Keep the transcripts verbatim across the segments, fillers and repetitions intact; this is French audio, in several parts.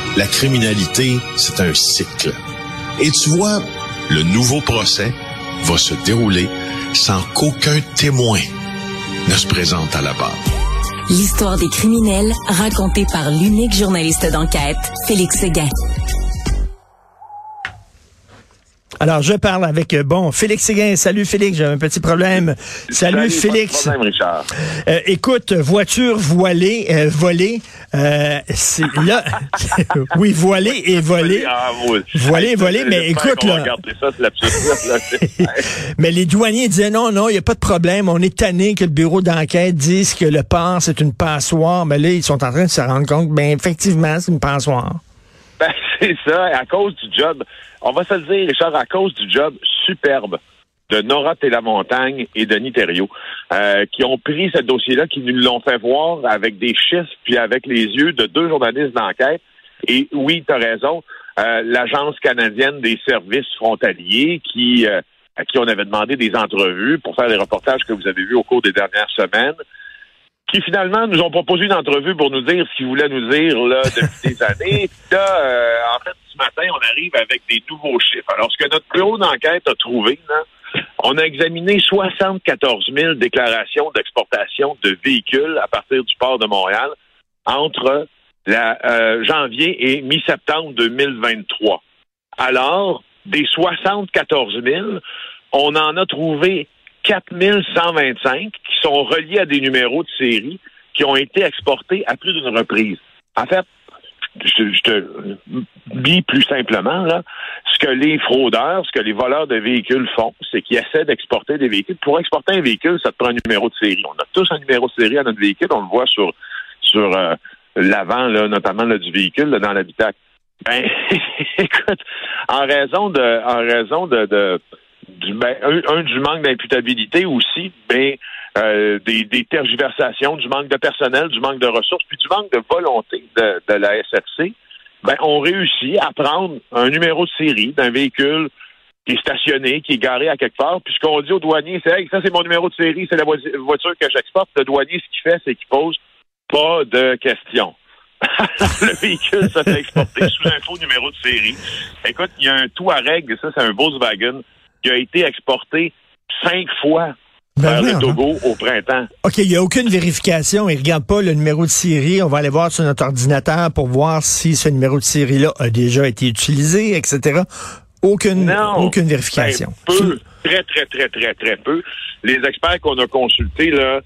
La criminalité, c'est un cycle. Et tu vois, le nouveau procès va se dérouler sans qu'aucun témoin ne se présente à la barre. L'histoire des criminels racontée par l'unique journaliste d'enquête, Félix Séguin. Alors, je parle avec, bon, Félix Séguin. Salut, Félix, j'ai un petit problème. Salut, Salut Félix. Pas de problème, Richard. Euh, écoute, voiture voilée, euh, volée, euh, c'est là... oui, voilée et volée. Ah, oui. Voilée et volée, mais écoute, là... Ça, c'est là. Mais les douaniers disaient, non, non, il n'y a pas de problème. On est tanné que le bureau d'enquête dise que le port, c'est une passoire. Mais là, ils sont en train de se rendre compte, ben effectivement, c'est une passoire. Ben, c'est ça, à cause du job, on va se le dire, Richard, à cause du job superbe de Nora Télamontagne et Denis Thériault, euh, qui ont pris ce dossier-là, qui nous l'ont fait voir avec des chiffres, puis avec les yeux de deux journalistes d'enquête. Et oui, tu as raison, euh, l'Agence canadienne des services frontaliers, qui euh, à qui on avait demandé des entrevues pour faire les reportages que vous avez vus au cours des dernières semaines, qui finalement nous ont proposé une entrevue pour nous dire ce qu'ils voulaient nous dire là depuis des années. Puis là, euh, en fait, ce matin, on arrive avec des nouveaux chiffres. Alors, ce que notre bureau d'enquête a trouvé, là, on a examiné soixante-quatorze mille déclarations d'exportation de véhicules à partir du port de Montréal entre la, euh, janvier et mi-septembre deux mille vingt-trois. Alors, des soixante-quatorze mille, on en a trouvé quatre mille cent vingt-cinq qui sont reliés à des numéros de série qui ont été exportés à plus d'une reprise. En fait, je, je te dis plus simplement, là, ce que les fraudeurs, ce que les voleurs de véhicules font, c'est qu'ils essaient d'exporter des véhicules. Pour exporter un véhicule, ça te prend un numéro de série. On a tous un numéro de série à notre véhicule, on le voit sur sur euh, l'avant, là, notamment là, du véhicule, là, dans l'habitacle. Ben, écoute, en raison de en raison de, de Du, ben, un, un, du manque d'imputabilité aussi, ben, euh, des, des tergiversations, du manque de personnel, du manque de ressources, puis du manque de volonté de, de la S F C, ben, on réussit à prendre un numéro de série d'un véhicule qui est stationné, qui est garé à quelque part, puis ce qu'on dit au douanier, c'est hey, ça c'est mon numéro de série, c'est la vo- voiture que j'exporte. Le douanier, ce qu'il fait, c'est qu'il pose pas de questions. Le véhicule se fait exporter sous un faux numéro de série. Écoute, il y a un Touareg, ça c'est un Volkswagen, qui a été exporté cinq fois ben vers oui, le Togo au printemps. OK, il n'y a aucune vérification. Ils ne regardent pas le numéro de série. On va aller voir sur notre ordinateur pour voir si ce numéro de série-là a déjà été utilisé, et cetera. Aucune, non, aucune vérification. Ben, peu, très, très, très, très, très peu. Les experts qu'on a consultés, là,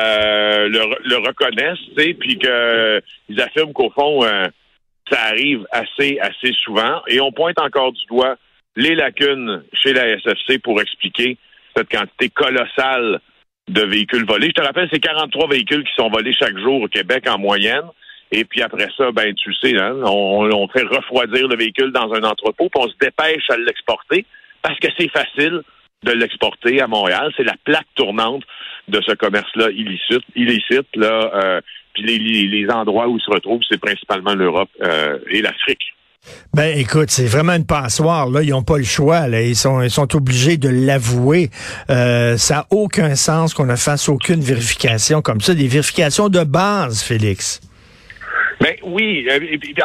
euh, le, le reconnaissent, tu sais, puis qu'ils affirment qu'au fond, euh, ça arrive assez, assez souvent. Et on pointe encore du doigt les lacunes chez la S F C pour expliquer cette quantité colossale de véhicules volés. Je te rappelle, c'est quarante-trois véhicules qui sont volés chaque jour au Québec en moyenne. Et puis après ça, ben tu sais, hein, on, on fait refroidir le véhicule dans un entrepôt, puis on se dépêche à l'exporter parce que c'est facile de l'exporter à Montréal. C'est la plaque tournante de ce commerce-là illicite, illicite là. Euh, puis les, les, les endroits où ils se retrouvent, c'est principalement l'Europe euh, et l'Afrique. Ben, écoute, c'est vraiment une passoire, là. Ils n'ont pas le choix, là. Ils sont, ils sont obligés de l'avouer. Euh, ça n'a aucun sens qu'on ne fasse aucune vérification comme ça. Des vérifications de base, Félix. Ben, oui. Et puis,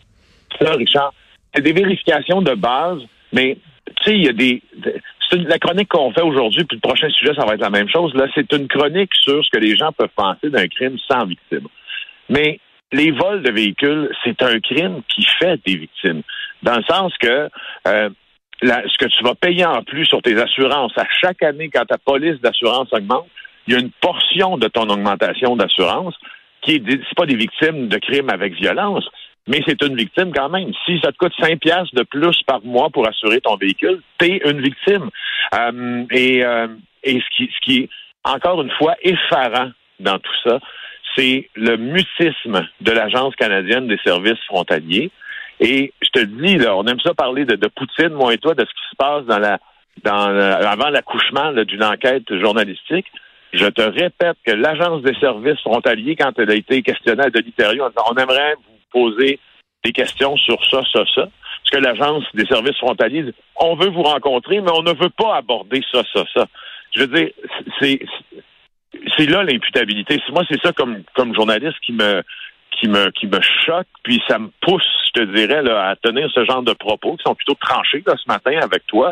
ça, Richard, c'est des vérifications de base, mais, tu sais, il y a des, c'est une, la chronique qu'on fait aujourd'hui, puis le prochain sujet, ça va être la même chose. Là, c'est une chronique sur ce que les gens peuvent penser d'un crime sans victime. Mais, les vols de véhicules, c'est un crime qui fait des victimes. Dans le sens que euh, la, ce que tu vas payer en plus sur tes assurances à chaque année quand ta police d'assurance augmente, il y a une portion de ton augmentation d'assurance qui est, c'est pas des victimes de crimes avec violence, mais c'est une victime quand même. Si ça te coûte cinq piastres de plus par mois pour assurer ton véhicule, t'es une victime. Euh, et euh, et ce qui, ce qui est encore une fois effarant dans tout ça, c'est le mutisme de l'Agence canadienne des services frontaliers. Et je te dis, là, on aime ça parler de, de Poutine, moi et toi, de ce qui se passe dans la, dans la, avant l'accouchement là, d'une enquête journalistique. Je te répète que l'Agence des services frontaliers, quand elle a été questionnée à Denis Thériault, on aimerait vous poser des questions sur ça, ça, ça. Parce que l'Agence des services frontaliers dit, on veut vous rencontrer, mais on ne veut pas aborder ça, ça, ça. Je veux dire, c'est... c'est C'est là l'imputabilité. Moi, c'est ça comme comme journaliste qui me qui me qui me choque, puis ça me pousse, je te dirais, là, à tenir ce genre de propos qui sont plutôt tranchés là, ce matin avec toi.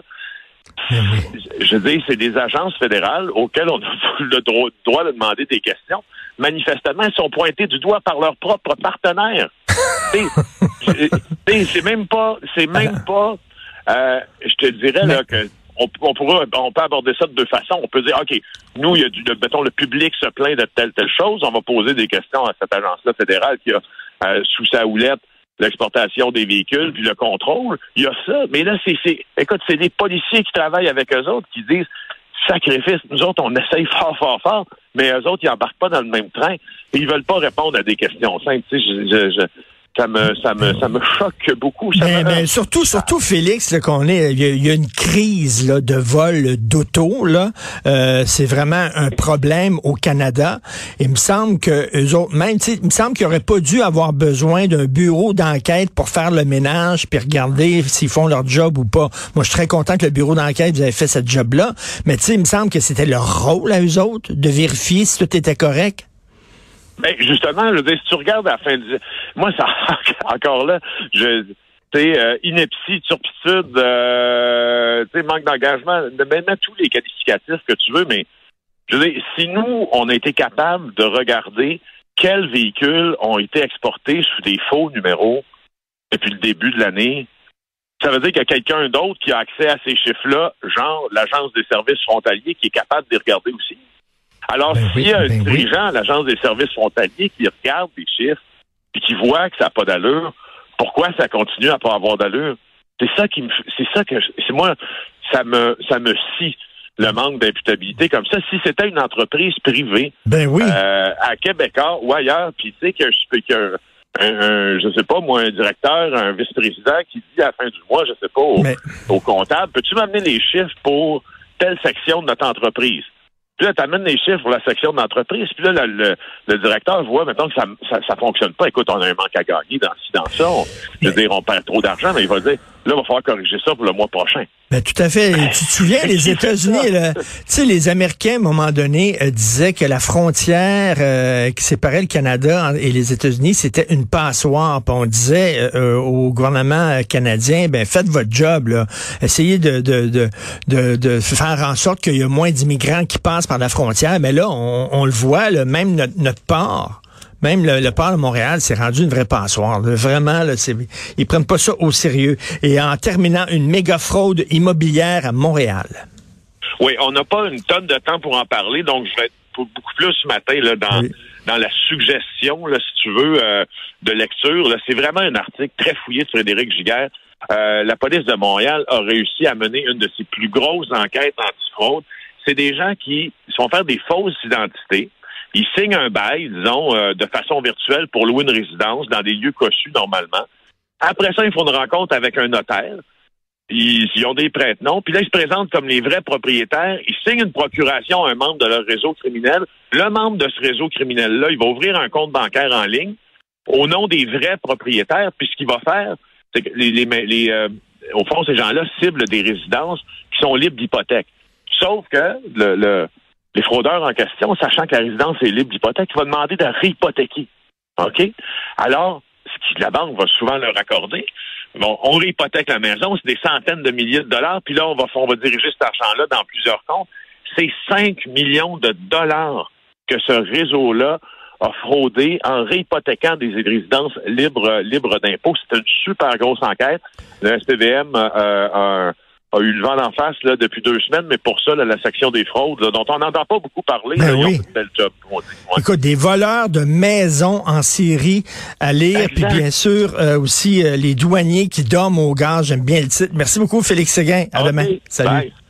Je veux dire, c'est des agences fédérales auxquelles on a le droit, droit de demander des questions. Manifestement, elles sont pointées du doigt par leurs propres partenaires. c'est, c'est même pas, c'est même pas. Euh, je te dirais là que on, on pourra, on peut aborder ça de deux façons. On peut dire, ok, nous, il y a du, mettons, le public se plaint de telle telle chose. On va poser des questions à cette agence-là fédérale qui a euh, sous sa houlette l'exportation des véhicules, puis le contrôle, il y a ça. Mais là, c'est, c'est écoute, c'est des policiers qui travaillent avec eux autres qui disent sacrifice, nous autres, on essaye fort, fort, fort, mais eux autres, ils embarquent pas dans le même train. Et ils veulent pas répondre à des questions simples. Tu sais, je, je, je Ça me, ça me, ça me choque beaucoup. Ça mais, me... mais surtout, surtout Félix, là, qu'on est, il y, a, il y a une crise là, de vol d'auto. Là, euh, c'est vraiment un problème au Canada. Il me semble que eux autres, même, il me semble qu'ils n'auraient pas dû avoir besoin d'un bureau d'enquête pour faire le ménage puis regarder s'ils font leur job ou pas. Moi, je suis très content que le bureau d'enquête vous avez fait cette job-là, mais tu sais, il me semble que c'était leur rôle à eux autres de vérifier si tout était correct. Ben justement, je veux dire, si tu regardes à la fin du... Moi, ça encore là, je tu sais, euh, ineptie, turpitude, euh, tu sais, manque d'engagement, de même tous les qualificatifs que tu veux, mais je veux dire, si nous, on a été capable de regarder quels véhicules ont été exportés sous des faux numéros depuis le début de l'année, ça veut dire qu'il y a quelqu'un d'autre qui a accès à ces chiffres-là, genre l'Agence des services frontaliers, qui est capable de les regarder aussi. Alors, ben s'il oui, y a un ben dirigeant oui. à l'Agence des services frontaliers qui regarde les chiffres et qui voit que ça n'a pas d'allure, pourquoi ça continue à pas avoir d'allure? C'est ça qui me, c'est ça que, c'est moi, ça me, ça me scie le manque d'imputabilité comme ça. Si c'était une entreprise privée, ben oui. euh, à Québécois ou ailleurs, puis tu sais qu'un, qu'un un, un, je sais pas moi, un directeur, un vice-président qui dit à la fin du mois, je sais pas, au, Mais... au comptable, peux-tu m'amener les chiffres pour telle section de notre entreprise? Puis là, tu amènes les chiffres pour la section de l'entreprise. Puis là, le, le, le directeur voit, maintenant que ça, ça ça fonctionne pas. Écoute, on a un manque à gagner dans ci, dans ça. On, je veux dire, on perd trop d'argent, mais il va dire, là, il va falloir corriger ça pour le mois prochain. Ben, tout à fait. Tu te souviens, les États-Unis, là, tu sais, les Américains, à un moment donné, euh, disaient que la frontière euh, qui séparait le Canada et les États-Unis, c'était une passoire. Puis on disait euh, au gouvernement canadien, ben faites votre job, là. Essayez de, de, de, de, de faire en sorte qu'il y a moins d'immigrants qui passent par la frontière. Mais là, on, on le voit, là, même notre, notre port. Même le, le port de Montréal s'est rendu une vraie passoire. Là. Vraiment, là, c'est, ils prennent pas ça au sérieux. Et en terminant, une méga fraude immobilière à Montréal. Oui, on n'a pas une tonne de temps pour en parler, donc je vais être beaucoup plus ce matin là, dans, oui. dans la suggestion, là, si tu veux, euh, de lecture. Là. C'est vraiment un article très fouillé de Frédéric Giguère. Euh, la police de Montréal a réussi à mener une de ses plus grosses enquêtes anti-fraude. C'est des gens qui se font faire des fausses identités. Ils signent un bail, disons, euh, de façon virtuelle pour louer une résidence dans des lieux cossus normalement. Après ça, ils font une rencontre avec un notaire. Ils, ils ont des prête-noms. Puis là, ils se présentent comme les vrais propriétaires. Ils signent une procuration à un membre de leur réseau criminel. Le membre de ce réseau criminel-là, il va ouvrir un compte bancaire en ligne au nom des vrais propriétaires. Puis ce qu'il va faire, c'est que les, les, les euh, au fond, ces gens-là ciblent des résidences qui sont libres d'hypothèque. Sauf que le... le les fraudeurs en question, sachant que la résidence est libre d'hypothèque, ils vont demander de réhypothéquer. OK? Alors, ce que la banque va souvent leur accorder, bon, on réhypothèque la maison, c'est des centaines de milliers de dollars, puis là, on va, on va diriger cet argent-là dans plusieurs comptes. C'est cinq millions de dollars que ce réseau-là a fraudé en réhypothéquant des résidences libres, libres d'impôts. C'est une super grosse enquête. Le S P V M euh, a a eu le vent d'en face là, depuis deux semaines, mais pour ça, là, la section des fraudes, là, dont on n'entend pas beaucoup parler, ben là, oui. Ils ont fait le job. On dit. Ouais. Écoute, des voleurs de maisons en série à lire, puis bien sûr euh, aussi euh, les douaniers qui dorment au gaz. J'aime bien le titre. Merci beaucoup, Félix Séguin. À okay. demain. Salut. Bye.